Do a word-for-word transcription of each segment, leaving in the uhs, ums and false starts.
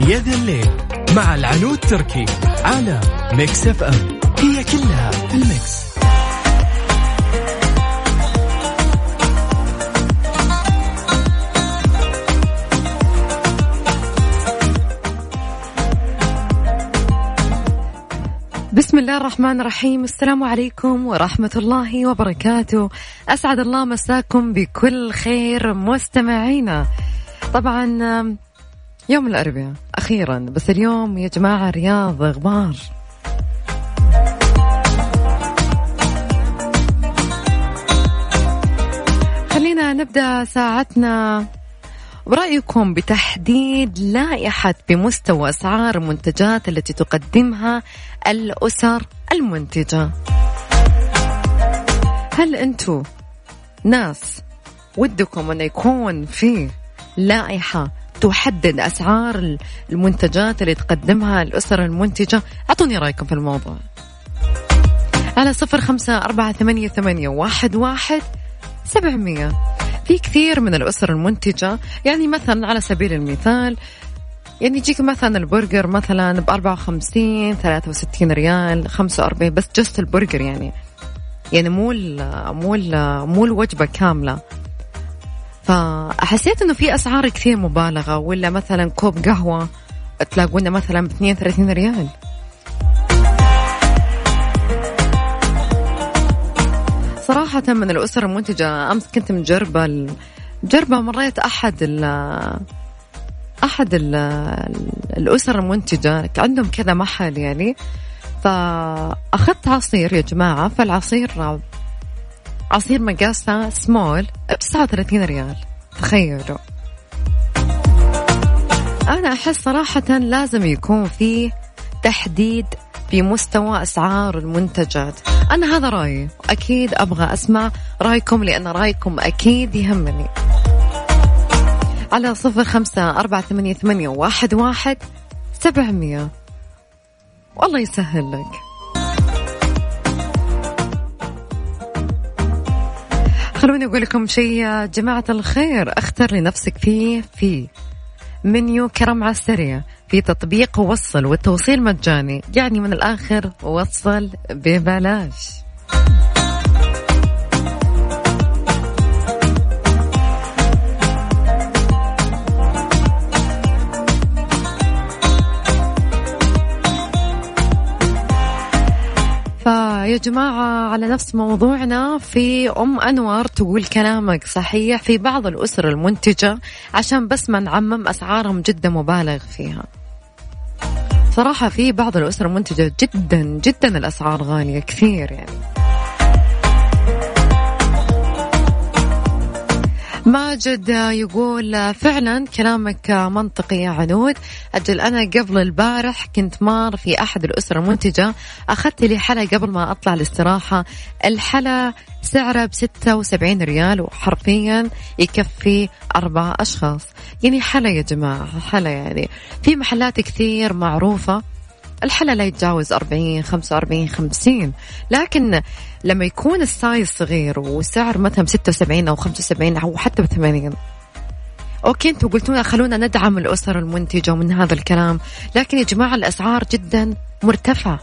يا ذا الليل مع العنود تركي على ميكس اف ام، هي كلها في الميكس. بسم الله الرحمن الرحيم. السلام عليكم ورحمة الله وبركاته. أسعد الله مساكم بكل خير مستمعينا. طبعا يوم الأربعاء أخيرا، بس اليوم يا جماعة رياض غبار. خلينا نبدأ ساعتنا برأيكم بتحديد لائحة بمستوى أسعار المنتجات التي تقدمها الأسر المنتجة. هل أنتوا ناس ودكم أن يكون في لائحة تحدد أسعار المنتجات اللي تقدمها الأسر المنتجة؟ أعطوني رأيكم في الموضوع على صفر خمسة أربعة ثمانية ثمانية واحد واحد سبعمية. في كثير من الأسر المنتجة، يعني مثلا على سبيل المثال يعني يجيك مثلا البرجر مثلا بأربعة وخمسين ثلاثة وستين ريال خمسة وأربعين، بس جست البرجر يعني يعني مو مو مو الوجبة كاملة. فحسيت إنه في أسعار كثير مبالغة. ولا مثلا كوب قهوة تلاقونه مثلا باثنين وثلاثين ريال. صراحة من الأسر المنتجة أمس كنت مجربة مجربة مريت أحد ال أحد ال الأسر المنتجة عندهم كذا محل يعني، فأخذت عصير يا جماعة. فالعصير عصير مقاسة سمول بتسعة وثلاثين ريال. تخيلوا. أنا أحس صراحة لازم يكون فيه تحديد بمستوى أسعار المنتجات. أنا هذا رأيي، أكيد أبغى أسمع رأيكم لأن رأيكم أكيد يهمني على صفر خمسة أربعة ثمانية ثمانية واحد واحد سبعمية. والله يسهل لك. خلوني أقول لكم شيء يا جماعة الخير. اختر لنفسك فيه في منيو كرم على السريع في تطبيق وصل، والتوصيل مجاني، يعني من الآخر وصل ببلاش. فيا جماعة على نفس موضوعنا، في أم أنور تقول كلامك صحيح في بعض الأسر المنتجة، عشان بس ما نعمم أسعارهم جدا مبالغ فيها. صراحة في بعض الأسر المنتجة جدا جدا الأسعار غالية كثير يعني. ماجد يقول فعلا كلامك منطقي يا عنود. أجل أنا قبل البارح كنت مار في أحد الأسر المنتجة، أخذت لي حلا قبل ما أطلع الاستراحة. الحلا سعره بستة وسبعين ريال وحرفيا يكفي أربعة أشخاص. يعني حلا يا جماعة، حلا يعني في محلات كثير معروفة الحلا لا يتجاوز أربعين خمسة وأربعين خمسين، لكن لما يكون السايز صغير وسعر مثلا ستة وسبعين أو خمسة وسبعين أو حتى بثمانين، أوكي أنتوا قلتونا خلونا ندعم الأسر المنتجة ومن هذا الكلام، لكن يا جماعة الأسعار جدا مرتفعة،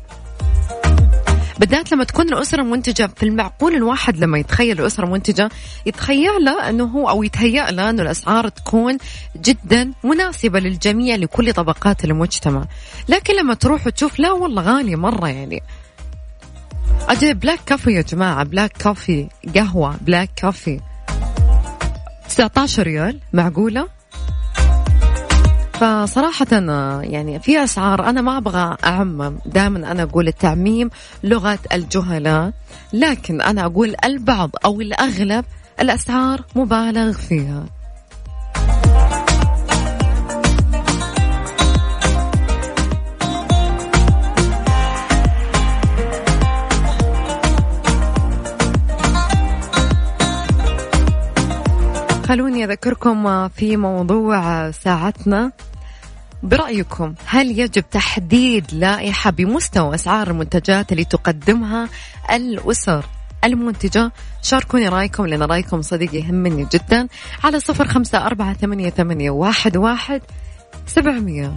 بالذات لما تكون الأسرة المنتجة. في المعقول الواحد لما يتخيل الأسرة المنتجة يتخيل له أنه هو أو يتهيأ له أنه الأسعار تكون جدا مناسبة للجميع لكل طبقات المجتمع، لكن لما تروح وتشوف لا والله غالية مرة يعني. أجل بلاك كافي يا جماعة، بلاك كافي قهوة بلاك كافي تسعة عشر ريال، معقولة؟ فصراحة يعني في أسعار أنا ما أبغى أعمم، دائما أنا أقول التعميم لغة الجهلاء، لكن أنا أقول البعض أو الأغلب الأسعار مبالغ فيها. خلوني أذكركم في موضوع ساعتنا، برأيكم هل يجب تحديد لائحة بمستوى أسعار المنتجات اللي تقدمها الأسر المنتجة؟ شاركوني رأيكم لأن رأيكم صديقي يهمني جدا على صفر خمسة أربعة ثمانية ثمانية واحد واحد سبعمية.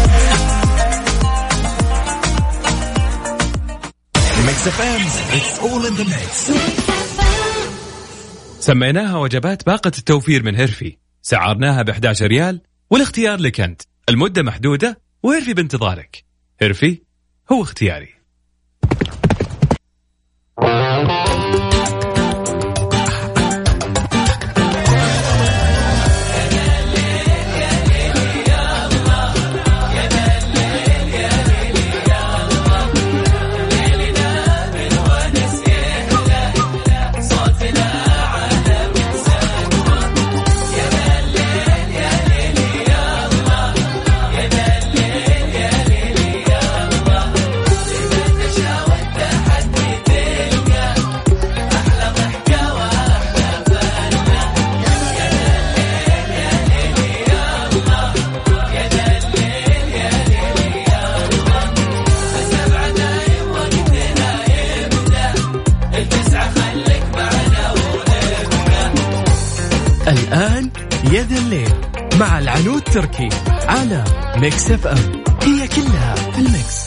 سميناها وجبات باقة التوفير من هيرفي، سعرناها بإحدى عشر ريال، والاختيار لك أنت، المدة محدودة وهيرفي بانتظارك. هيرفي هو اختياري. الآن يد الليل مع العنود تركي على ميكس اف ام، هي كلها في الميكس.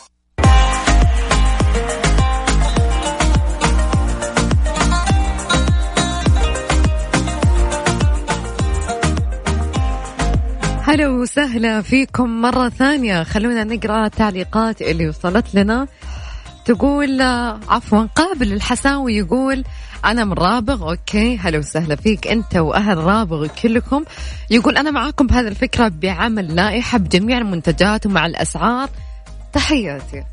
هلا وسهلا فيكم مرة ثانية. خلونا نقرأ التعليقات اللي وصلت لنا. تقول عفوا قابل الحساوي يقول أنا من رابغ. أوكي هلا وسهلا فيك أنت وأهل رابغ كلكم. يقول أنا معاكم بهذه الفكرة بعمل لائحة بجميع المنتجات ومع الأسعار. تحياتي.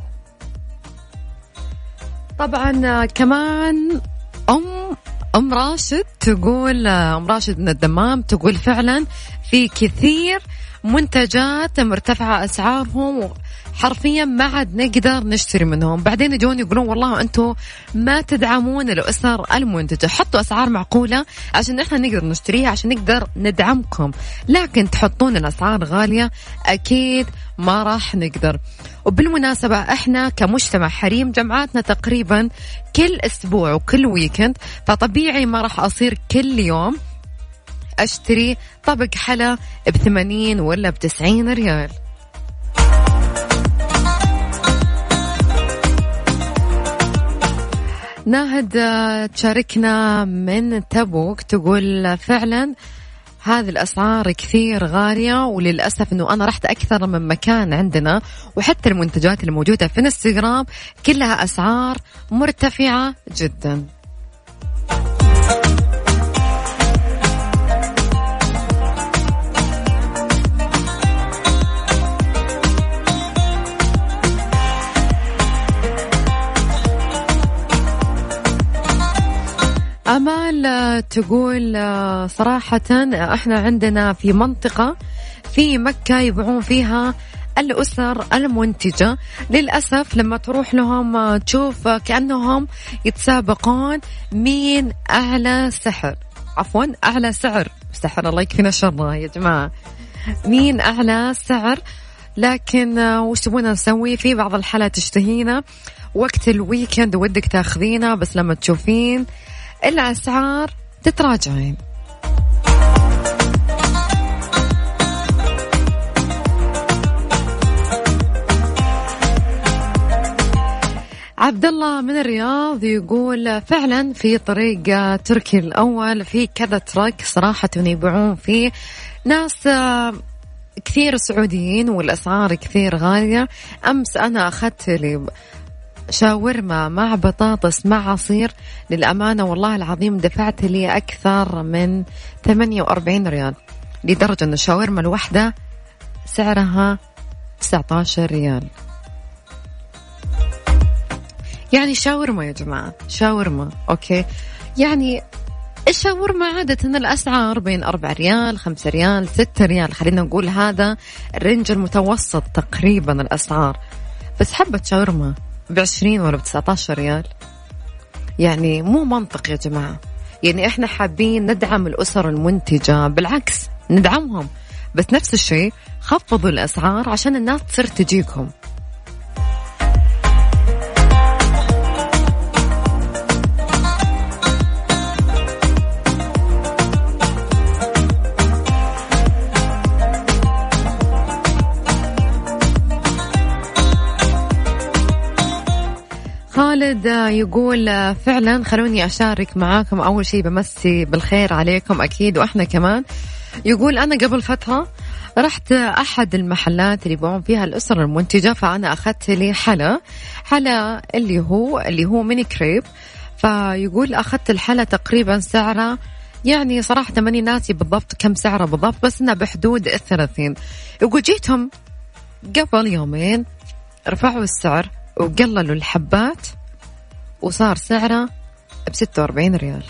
طبعا كمان أم أم راشد تقول أم راشد من الدمام تقول فعلا في كثير منتجات مرتفعة أسعارهم حرفيا ما عاد نقدر نشتري منهم. بعدين يجون يقولون والله أنتم ما تدعمون الأسر المنتجة، حطوا أسعار معقولة عشان إحنا نقدر نشتريها عشان نقدر ندعمكم، لكن تحطون الأسعار غالية أكيد ما راح نقدر. وبالمناسبة إحنا كمجتمع حريم جمعاتنا تقريبا كل أسبوع وكل ويكند، فطبيعي ما راح أصير كل يوم أشتري طبق حلا بثمانين ولا بتسعين ريال. ناهد تشاركنا من تبوك تقول فعلا هذه الأسعار كثير غالية، وللأسف أنه أنا رحت أكثر من مكان عندنا وحتى المنتجات الموجودة في انستغرام كلها أسعار مرتفعة جدا. أمال تقول صراحة احنا عندنا في منطقة في مكة يبيعون فيها الأسر المنتجة، للأسف لما تروح لهم تشوف كأنهم يتسابقون مين أعلى سحر عفوا أعلى سعر سحر الله يكفينا شر يا جماعة، مين أعلى سعر. لكن وش تبونا نسوي؟ في بعض الحالات تشتهينا وقت الويكند ودك تاخذينا، بس لما تشوفين الأسعار تتراجعين. عبد الله من الرياض يقول فعلا في طريق تركي الأول في كذا ترك صراحة يبيعون فيه ناس كثير سعوديين والأسعار كثير غالية. أمس أنا أخذت لي شاورما مع بطاطس مع عصير، للأمانة والله العظيم دفعت لي أكثر من ثمانية وأربعين ريال، لدرجة أن الشاورما الواحدة سعرها تسعة عشر ريال. يعني شاورما يا جماعة شاورما أوكي، يعني الشاورما عادة الأسعار بين أربع ريال خمسة ريال ستة ريال، خلينا نقول هذا الرينج المتوسط تقريبا الأسعار، بس حبة شاورما بعشرين ولا بتسعة عشر ريال، يعني مو منطق يا جماعة. يعني إحنا حابين ندعم الأسر المنتجة، بالعكس ندعمهم، بس نفس الشيء خفضوا الأسعار عشان الناس تصير تجيكم. خالد يقول فعلا خلوني أشارك معاكم. أول شيء بمسي بالخير عليكم أكيد وإحنا كمان. يقول أنا قبل فترة رحت أحد المحلات اللي يبيعون فيها الأسر المنتجة، فأنا أخذت لي حلا حلا اللي هو اللي هو ميني كريب. فيقول أخذت الحلا تقريبا سعره يعني صراحة ماني ناسي بالضبط كم سعره بالضبط، بس إنه بحدود الثلاثين. يقول جيتهم قبل يومين رفعوا السعر وقللوا الحبات وصار سعره بستة وأربعين ريال.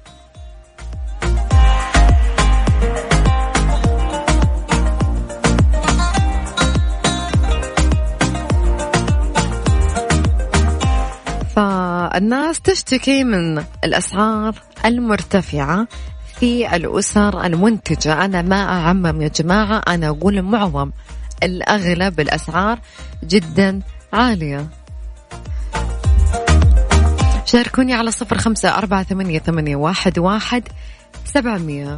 فالناس تشتكي من الأسعار المرتفعة في الأسر المنتجة. أنا ما أعمم يا جماعة، أنا أقول معظم الأغلب الأسعار جدا عالية. شاركوني على صفر خمسة أربعة ثمانية ثمانية واحد واحد سبعمية.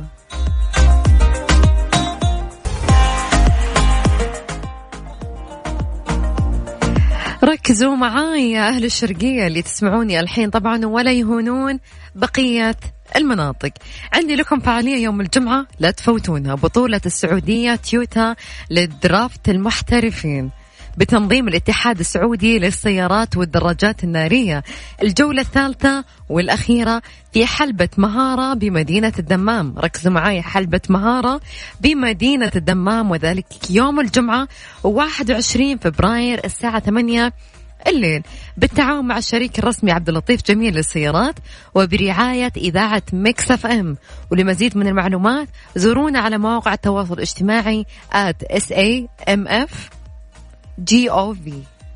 ركزوا معاي يا أهل الشرقية اللي تسمعوني الحين طبعا ولا يهونون بقية المناطق. عندي لكم فعالية يوم الجمعة لا تفوتونها، بطولة السعودية تويوتا للدرافت المحترفين بتنظيم الاتحاد السعودي للسيارات والدراجات النارية. الجولة الثالثة والأخيرة في حلبة مهارة بمدينة الدمام. ركزوا معايا، حلبة مهارة بمدينة الدمام، وذلك يوم الجمعة واحد وعشرين فبراير الساعة ثمانية الليل، بالتعاون مع الشريك الرسمي عبد اللطيف جميل للسيارات وبرعاية إذاعة ميكس اف ام. ولمزيد من المعلومات زورونا على مواقع التواصل الاجتماعي آت إس إيه إم إف جي أو في.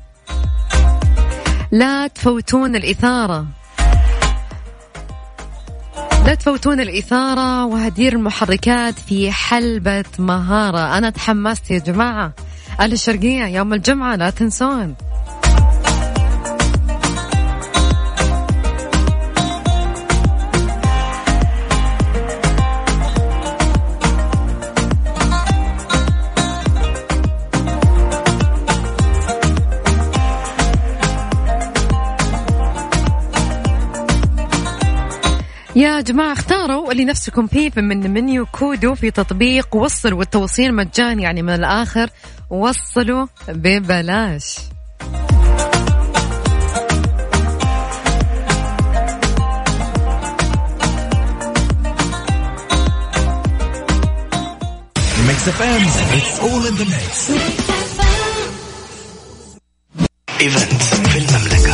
لا تفوتون الإثارة، لا تفوتون الإثارة وهدير المحركات في حلبة مهارة. أنا تحمست يا جماعة. أهل الشرقية يوم الجمعة لا تنسون. يا جماعة اختاروا اللي نفسكم فيه من منيو كودو في تطبيق وصل، والتوصيل مجاني، يعني من الآخر وصلوا ببلاش. Mix إف إم, it's all in the mix. Event في المملكة.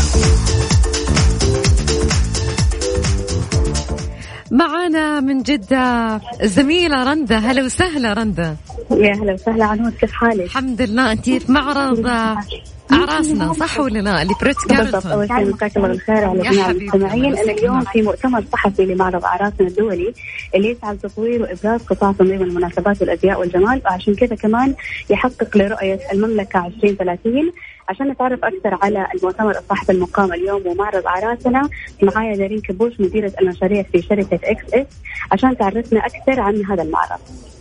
معانا من جدة الزميلة رندا. هلا وسهلا رندا. يا هلا وسهلا عنود، كيف حالك؟ الحمد لله. أنتي في معرض أعراسنا صح ولا لا؟ اللي بريت كارلتون. أول شيء مساك الله بالخير على جميع المستمعين. أنا اليوم في مؤتمر صحفي لمعرض أعراسنا الدولي اللي يسعى لتطوير وإبراز قطاع تنظيم المناسبات والأزياء والجمال، وعشان كذا كمان يحقق لرؤية المملكة عشرين ثلاثين. عشان نتعرف أكثر على المؤتمر الصحفي المقام اليوم ومعرض أعراسنا، معايا دارين كبوش مديرة المشاريع في شركة إكس إس عشان تعرفنا أكثر عن هذا المعرض.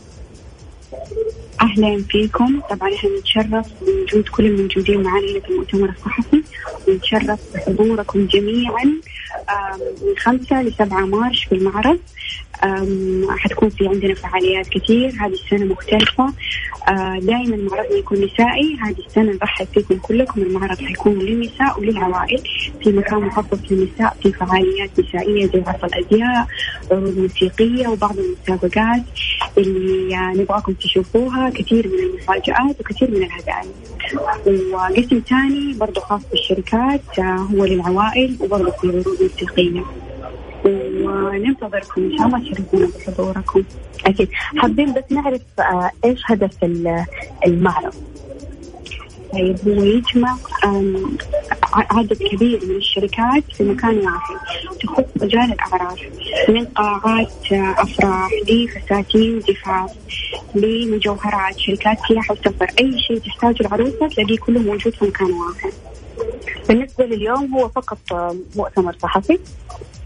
أهلا فيكم. طبعا احنا نتشرف بوجود كل الموجودين معنا هنا في المؤتمر الصحفي، ونتشرف بحضوركم جميعا من خمسة لسبعة مارس في المعرض. حتكون في عندنا فعاليات كثير هذه السنة مختلفة. دائما معرضنا يكون نسائي، هذه السنة نرحب فيكم كلكم. المعرض حيكون للنساء وللعوائل في مكان مخصص للنساء، في فعاليات نسائية زي عرض الأزياء، عروض موسيقية، وبعض المسابقات اللي نبغاكم تشوفوها، كثير من المفاجآت وكثير من الهدايا. وقسم ثاني برضو خاص بالشركات هو للعوائل، وبرضو في عروض موسيقية. وننتظركم إن شاء الله، تشرفونا بحضوركم. أكيد. حابين بس نعرف آه إيش هدف المعرض؟ طيب، هو يجمع عدد كبير من الشركات في مكان واحد تخص مجال الأعراس، من قاعات أفراح لفساتين زفاف لمجوهرات، شركات سياحة وسفر، أي شيء تحتاج العروسة تلاقيه كله موجود في مكان واحد. بالنسبة لليوم هو فقط مؤتمر صحفي؟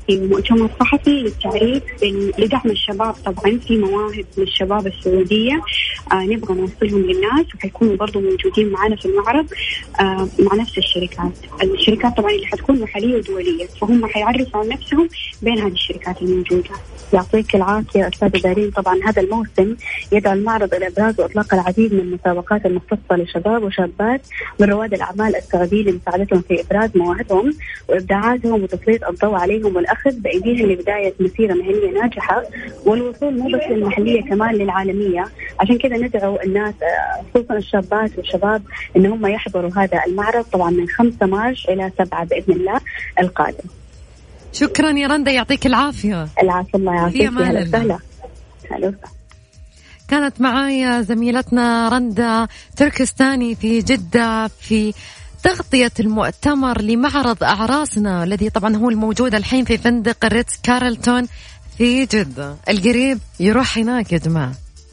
في مؤتمر صحفي للتعريف لدعم الشباب. طبعا في مواهب للشباب السعودية آه نبغى نوصلهم للناس، وحيكونوا برضو موجودين معنا في المعرض آه مع نفس الشركات. الشركات طبعا اللي حتكون محلية ودولية، فهم حيعرفوا عن نفسهم بين هذه الشركات الموجودة. يعطيك العافية أستاذ دارين. طبعا هذا الموسم يدعو المعرض إلى إبراز وإطلاق العديد من المسابقات المختصة لشباب وشابات من رواد الأعمال السعودية لمساعدتهم في إبراز مواهبهم وإبداعاتهم وتسليط الضوء عليهم والأخذ بأيديهم لبداية مسيرة مهنية ناجحة والوصول مو بس للمحلية كمان للعالمية. عشان كذا ندعو الناس خصوصا الشابات والشباب إن هم يحضروا هذا المعرض طبعا من خمسة مارس إلى سبعة بإذن الله القادم. شكرا يا رندا، يعطيك العافية. العافية، الله يعافيك. هلا وسهلا. هلا. كانت معايا زميلتنا رندا تركستاني في جدة في تغطية المؤتمر لمعرض أعراسنا الذي طبعا هو الموجود الحين في فندق الريتز كارلتون في جدة. القريب يروح هناك يا جماعة.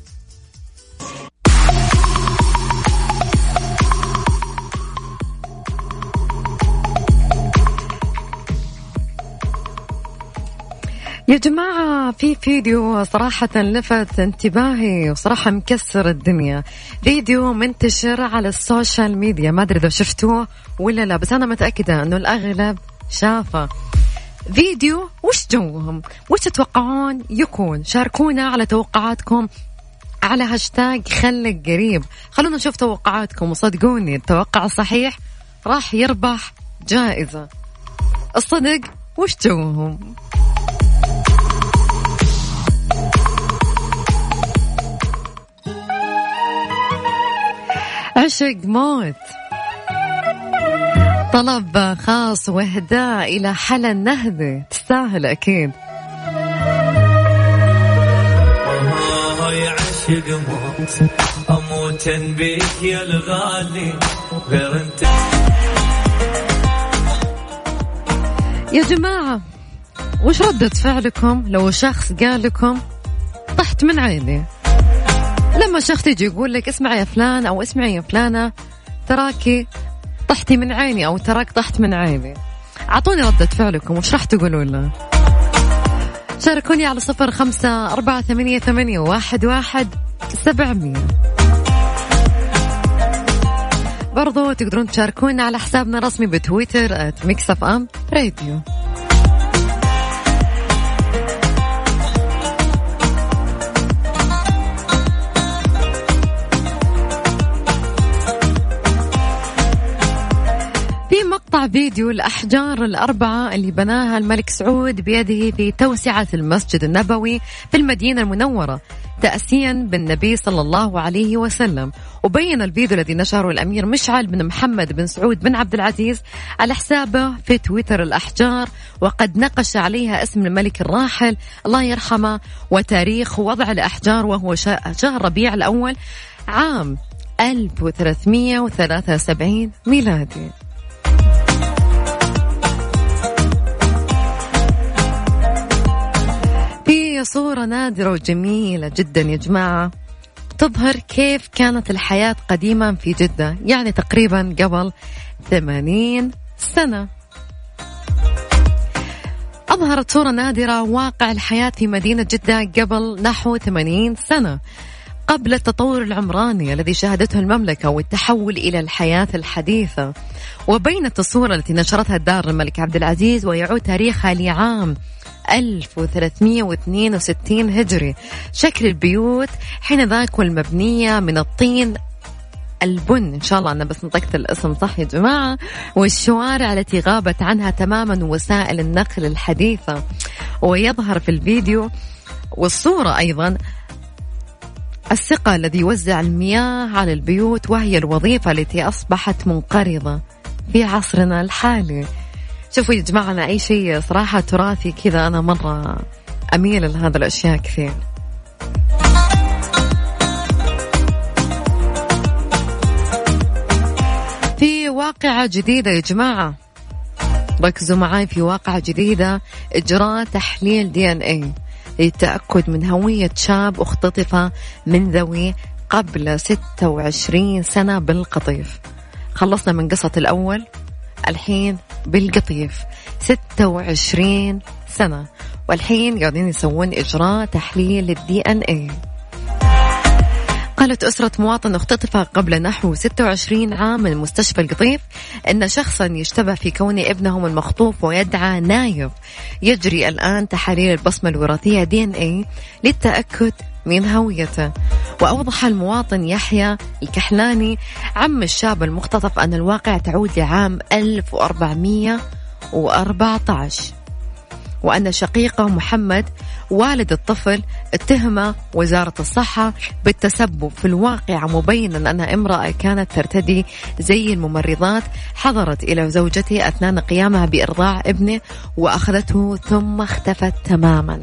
يا جماعة في فيديو صراحة لفت انتباهي وصراحة مكسر الدنيا. فيديو منتشر على السوشيال ميديا، ما أدري إذا شفتوه ولا لا، بس أنا متأكدة أنه الأغلب شافه. فيديو وش جوهم، وش تتوقعون يكون؟ شاركونا على توقعاتكم على هاشتاج خلك قريب. خلونا نشوف توقعاتكم، وصدقوني التوقع الصحيح راح يربح جائزة. الصدق وش جوهم؟ عشق موت، طلب خاص وإهداء إلى حلا النهدي، تستاهل أكيد. يا عشق موت أموت بيك يا الغالي غير انت. يا جماعة وش ردة فعلكم لو شخص قال لكم طحت من عيني؟ لما شخص يجي يقول لك اسمع يا فلان أو اسمعي يا فلانة تراكي طحتي من عيني أو تراك طحت من عيني، أعطوني ردة فعلكم، وش راح تقولوا له؟ شاركوني على صفر خمسة أربعة ثمانية ثمانية واحد واحد سبعمية. برضو تقدرون تشاركونا على حسابنا الرسمي بتويتر آت ميكس أف أم راديو. مقطع فيديو الأحجار الأربعة اللي بناها الملك سعود بيده في توسعة المسجد النبوي في المدينة المنورة تأسيا بالنبي صلى الله عليه وسلم. وبين الفيديو الذي نشره الأمير مشعل بن محمد بن سعود بن عبد العزيز على حسابه في تويتر الأحجار، وقد نقش عليها اسم الملك الراحل الله يرحمه وتاريخ وضع الأحجار، وهو شهر ربيع الأول عام ألف وثلاثمئة وثلاثة وسبعين ميلادي. في صورة نادرة وجميلة جدا يا جماعة تظهر كيف كانت الحياة قديما في جدة، يعني تقريبا قبل ثمانين سنة. أظهرت صورة نادرة واقع الحياة في مدينة جدة قبل نحو ثمانين سنة، قبل التطور العمراني الذي شهدته المملكة والتحول إلى الحياة الحديثة. وبينت الصورة التي نشرتها الدار الملك عبد العزيز ويعود تاريخها لعام ألف وثلاثمئة واثنين وستين هجري شكل البيوت حين ذاك والمبنية من الطين البن، إن شاء الله أنا بس نطقت الاسم صح يا جماعة، والشوارع التي غابت عنها تماما وسائل النقل الحديثة. ويظهر في الفيديو والصورة أيضا السقا الذي يوزع المياه على البيوت، وهي الوظيفة التي أصبحت منقرضة في عصرنا الحالي. شوفوا يا جماعة أنا أي شيء صراحة تراثي كذا أنا مرة أميل لهذا الأشياء كثير. في واقعة جديدة يا جماعة، ركزوا معاي، في واقعة جديدة إجراء تحليل دي إن إيه للتأكد من هوية شاب اختطف من ذوي قبل ستة وعشرين سنة بالقطيف. خلصنا من قصة الأول، الحين بالقطيف. ستة وعشرين سنة، والحين قاعدين يسوون إجراء تحليل الدي ان اي. قالت أسرة مواطن اختطف قبل نحو ستة وعشرين عام من مستشفى القطيف أن شخصا يشتبه في كون ابنهم المخطوف ويدعى نايف يجري الآن تحاليل البصمة الوراثية دي ان اي للتأكد من هويته. وأوضح المواطن يحيى الكحلاني عم الشاب المختطف أن الواقع تعود لعام ألف وأربعمية وأربعة عشر، وأن شقيقه محمد والد الطفل اتهم وزارة الصحة بالتسبب في الواقعة، مبينا أنها امرأة كانت ترتدي زي الممرضات حضرت إلى زوجته أثناء قيامها بإرضاع ابنه وأخذته ثم اختفت تماما.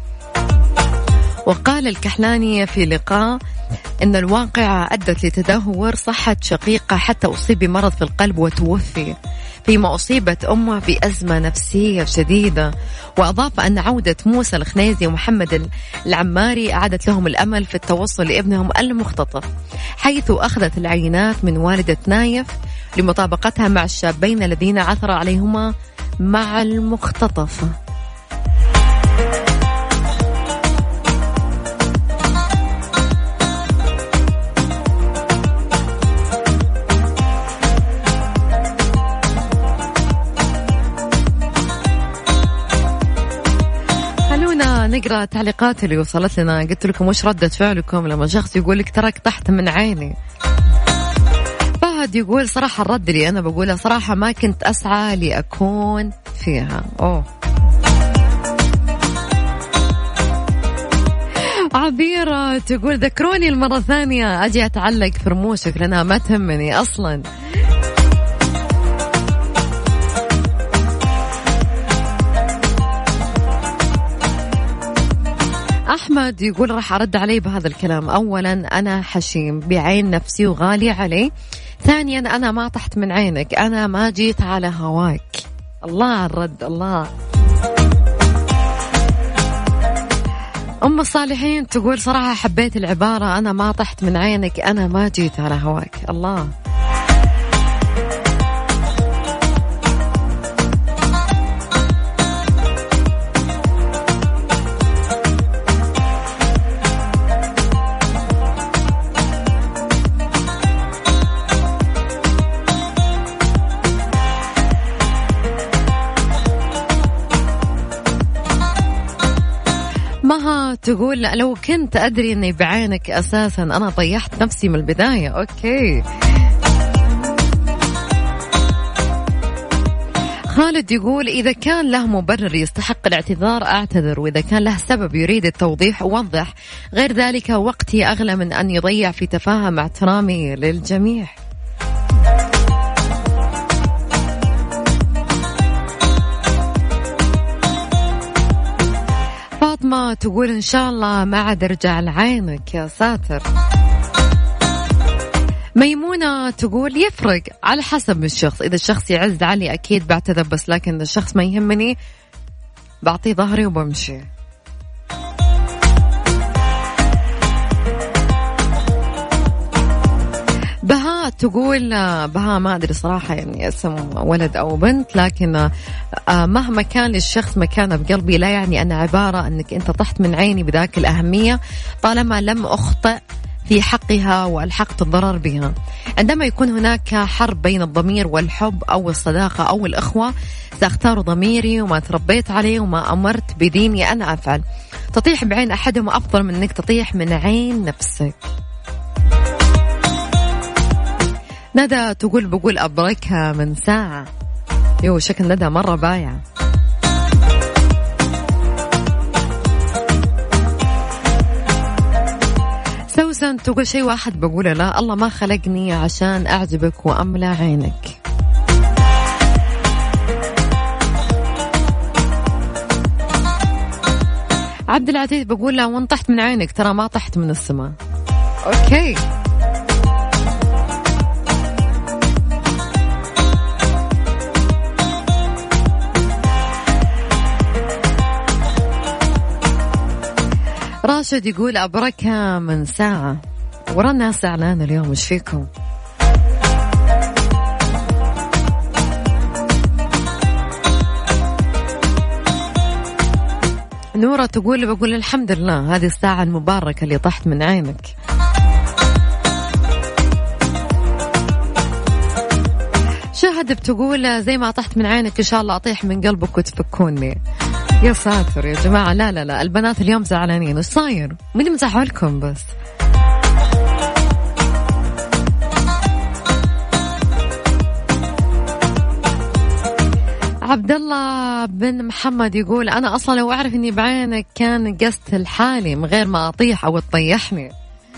وقال الكحلاني في لقاء أن الواقعة أدت لتدهور صحة شقيقة حتى أصيب بمرض في القلب وتوفي، فيما أصيبت أمه بأزمة نفسية شديدة. وأضاف أن عودة موسى الخنيزي ومحمد العماري أعادت لهم الأمل في التوصل لابنهم المختطف، حيث أخذت العينات من والدة نايف لمطابقتها مع الشابين الذين عثر عليهما مع المختطف. نقرأ تعليقات اللي وصلت لنا. قلت لكم وش ردة فعلكم لما شخص يقول لك ترك تحت من عيني؟ فهد يقول صراحة الرد اللي أنا بقوله صراحة ما كنت أسعى لأكون فيها. أوه عبيرة تقول ذكروني المرة ثانية أجي أتعلق في رموشك لأنها ما تهمني أصلا. أحمد يقول راح أرد عليه بهذا الكلام. أولا أنا حشيم بعين نفسي وغالي علي. ثانيا أنا ما طحت من عينك، أنا ما جيت على هواك. الله الرد الله. أم الصالحين تقول صراحة حبيت العبارة أنا ما طحت من عينك أنا ما جيت على هواك. الله. مها تقول لو كنت أدري أني بعينك أساسا أنا طيحت نفسي من البداية. أوكي. خالد يقول إذا كان له مبرر يستحق الاعتذار أعتذر، وإذا كان له سبب يريد التوضيح أوضح، غير ذلك وقتي أغلى من أن يضيع في تفاهة مع احترامي للجميع. فاطمة تقول إن شاء الله ما عاد أرجع لعينك يا ساتر. ميمونة تقول يفرق على حسب الشخص، إذا الشخص يعز علي أكيد بعتذر، بس لكن الشخص ما يهمني بعطيه ظهري وبمشي. بهاء تقول بهاء ما أدري صراحة يعني اسم ولد أو بنت، لكن مهما كان للشخص مكانه بقلبي لا يعني أن عبارة أنك أنت طحت من عيني بذاك الأهمية طالما لم أخطئ في حقها وألحقت الضرر بها. عندما يكون هناك حرب بين الضمير والحب أو الصداقة أو الأخوة سأختار ضميري وما تربيت عليه وما أمرت بديني أنا أفعل. تطيح بعين أحدهم أفضل من أنك تطيح من عين نفسك. ندى تقول بقول أبركها من ساعة. يو شكل ندى مرة بايع. سوسن تقول شيء واحد بقوله لا، الله ما خلقني عشان أعجبك وأملى عينك. عبد العزيز بقول لا وان طحت من عينك ترى ما طحت من السماء. أوكي. راشد يقول أبركها من ساعة. ورانا ساعة لنا اليوم مش فيكم. نورة تقول بقول الحمد لله هذه الساعة المباركة اللي طحت من عينك. شهد بتقول زي ما طحت من عينك إن شاء الله أطيح من قلبك وتفكوني. يا ساتر يا جماعة، لا لا لا البنات اليوم زعلانين، وش صاير؟ مين مزعلكم بس؟ عبد الله بن محمد يقول أنا أصلا لو أعرف إني بعينك كان قست الحالي من غير ما أطيح أو تطيحني.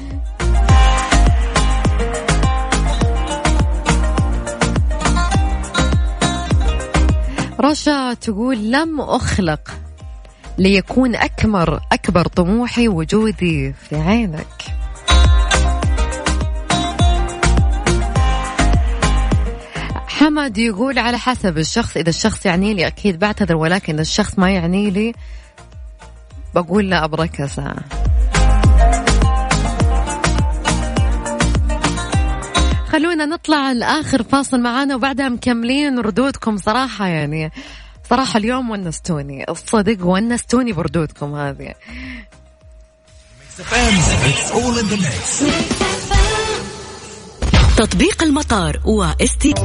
رشا تقول لم أخلق ليكون أكبر أكبر طموحي وجودي في عينك. حمد يقول على حسب الشخص، إذا الشخص يعني لي أكيد بعتذر، ولكن الشخص ما يعني لي بقول لا أبركة ساعة. خلونا نطلع الآخر فاصل معانا وبعدها مكملين ردودكم. صراحة يعني صراحة اليوم ونستوني، الصدق ونستوني بردودكم هذه. تطبيق المطار واستي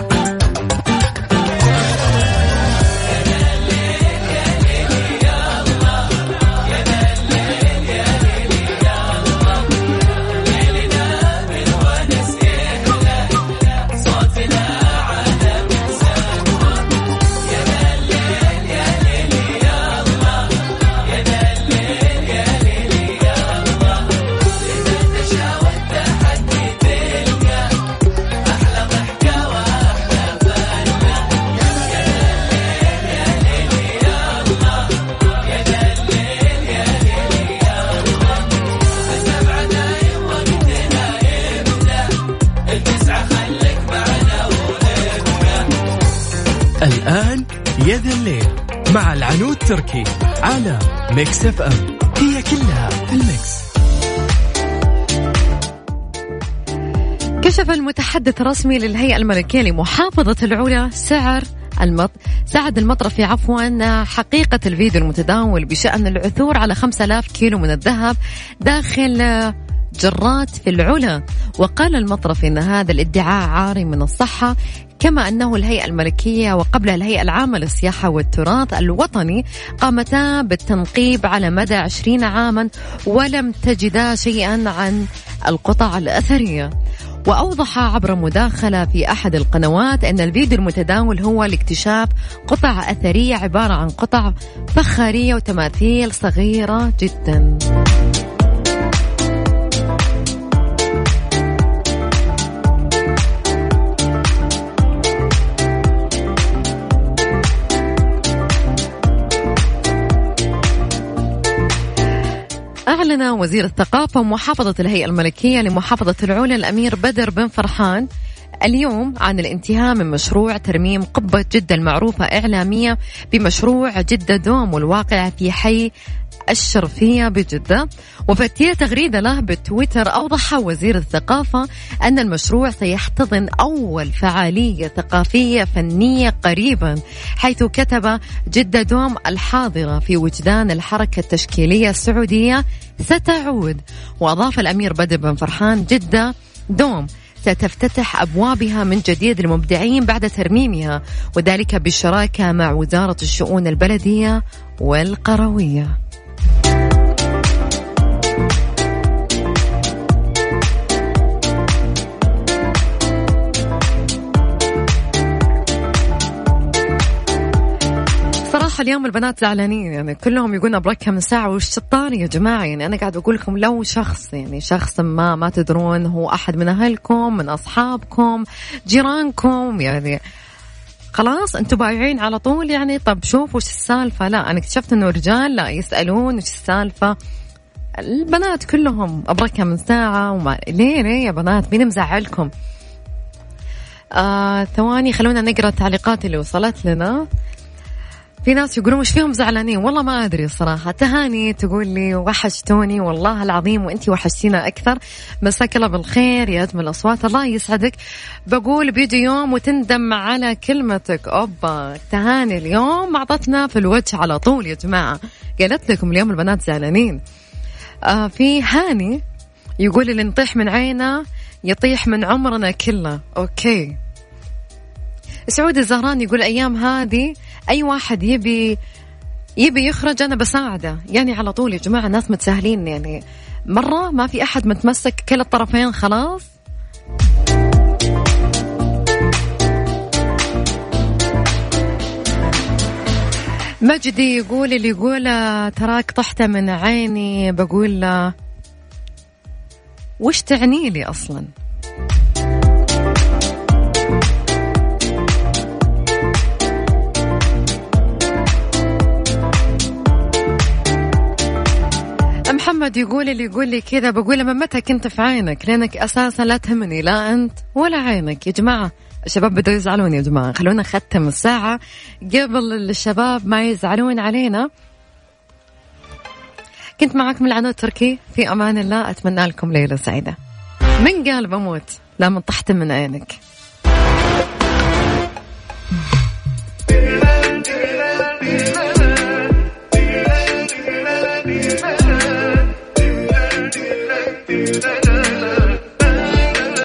الآن يد الليل مع العنود تركي على ميكس اف ام، هي كلها في الميكس. كشف المتحدث الرسمي للهيئة الملكية لمحافظة العلا سعر المط... سعد المطرفي عفوا حقيقة الفيديو المتداول بشأن العثور على خمسة آلاف كيلو من الذهب داخل جرات في العلا. وقال المطرفي أن هذا الادعاء عاري من الصحة، كما أنه الهيئة الملكية وقبلها الهيئة العامة للسياحة والتراث الوطني قامتا بالتنقيب على مدى عشرين عاما ولم تجدا شيئا عن القطع الأثرية. وأوضح عبر مداخلة في أحد القنوات أن الفيديو المتداول هو لاكتشاف قطع أثرية عبارة عن قطع فخارية وتماثيل صغيرة جدا. أعلن وزير الثقافة ومحافظة الهيئة الملكية لمحافظة العلا الأمير بدر بن فرحان اليوم عن الانتهاء من مشروع ترميم قبة جدة المعروفة إعلامية بمشروع جدة دوم والواقع في حي الشرفية بجدة. وفي تغريدة له بتويتر أوضح وزير الثقافة أن المشروع سيحتضن أول فعالية ثقافية فنية قريبا، حيث كتب جدة دوم الحاضرة في وجدان الحركة التشكيلية السعودية ستعود. وأضاف الأمير بدر بن فرحان جدة دوم ستفتتح أبوابها من جديد للمبدعين بعد ترميمها، وذلك بالشراكة مع وزارة الشؤون البلدية والقروية. صراحة اليوم البنات زعلانين، يعني كلهم يقولون أبركها من ساعة وش الطار يا جماعة. يعني أنا قاعد أقول لكم لو شخص يعني شخص ما ما تدرون هو أحد من أهلكم من أصحابكم جيرانكم، يعني خلاص أنتوا بايعين على طول. يعني طب شوف وش السالفة. لا أنا اكتشفت إنه رجال لا يسألون وش السالفة. البنات كلهم أبركها من ساعة وما ليه ليه يا بنات مين مزعلكم؟ آه ثواني خلونا نقرأ التعليقات اللي وصلت لنا. في ناس يقولون وش فيهم زعلانين؟ والله ما أدري الصراحة. تهاني تقول لي وحشتوني والله العظيم وأنتي وحشتينا أكثر. مساك الله بالخير يا أجمل الأصوات. الله يسعدك. بقول بيجي يوم وتندم على كلمتك. أوبا تهاني اليوم أعطتنا في الوجه على طول يا جماعة. قالت لكم اليوم البنات زعلانين. آه في هاني يقول اللي نطيح من عينه يطيح من عمرنا كله. أوكي. سعود الزهران يقول أيام هذه أي واحد يبي يبي يخرج أنا بساعده. يعني على طول يا جماعة ناس متساهلين، يعني مرة ما في أحد متمسك كل الطرفين خلاص. مجدي يقول اللي يقول تراك طحت من عيني بقول له وش تعني لي أصلا؟ محمد يقول اللي يقول لي كذا بقول من متى كنت في عينك لأنك أساسا لا تهمني لا أنت ولا عينك. يا جماعة الشباب بدأوا يزعلون يا جماعة، خلونا ختم الساعة قبل الشباب ما يزعلون علينا. كنت معكم العنود تركي، في أمان الله، أتمنى لكم ليلة سعيدة. من قال بموت لا من طحت من عينك.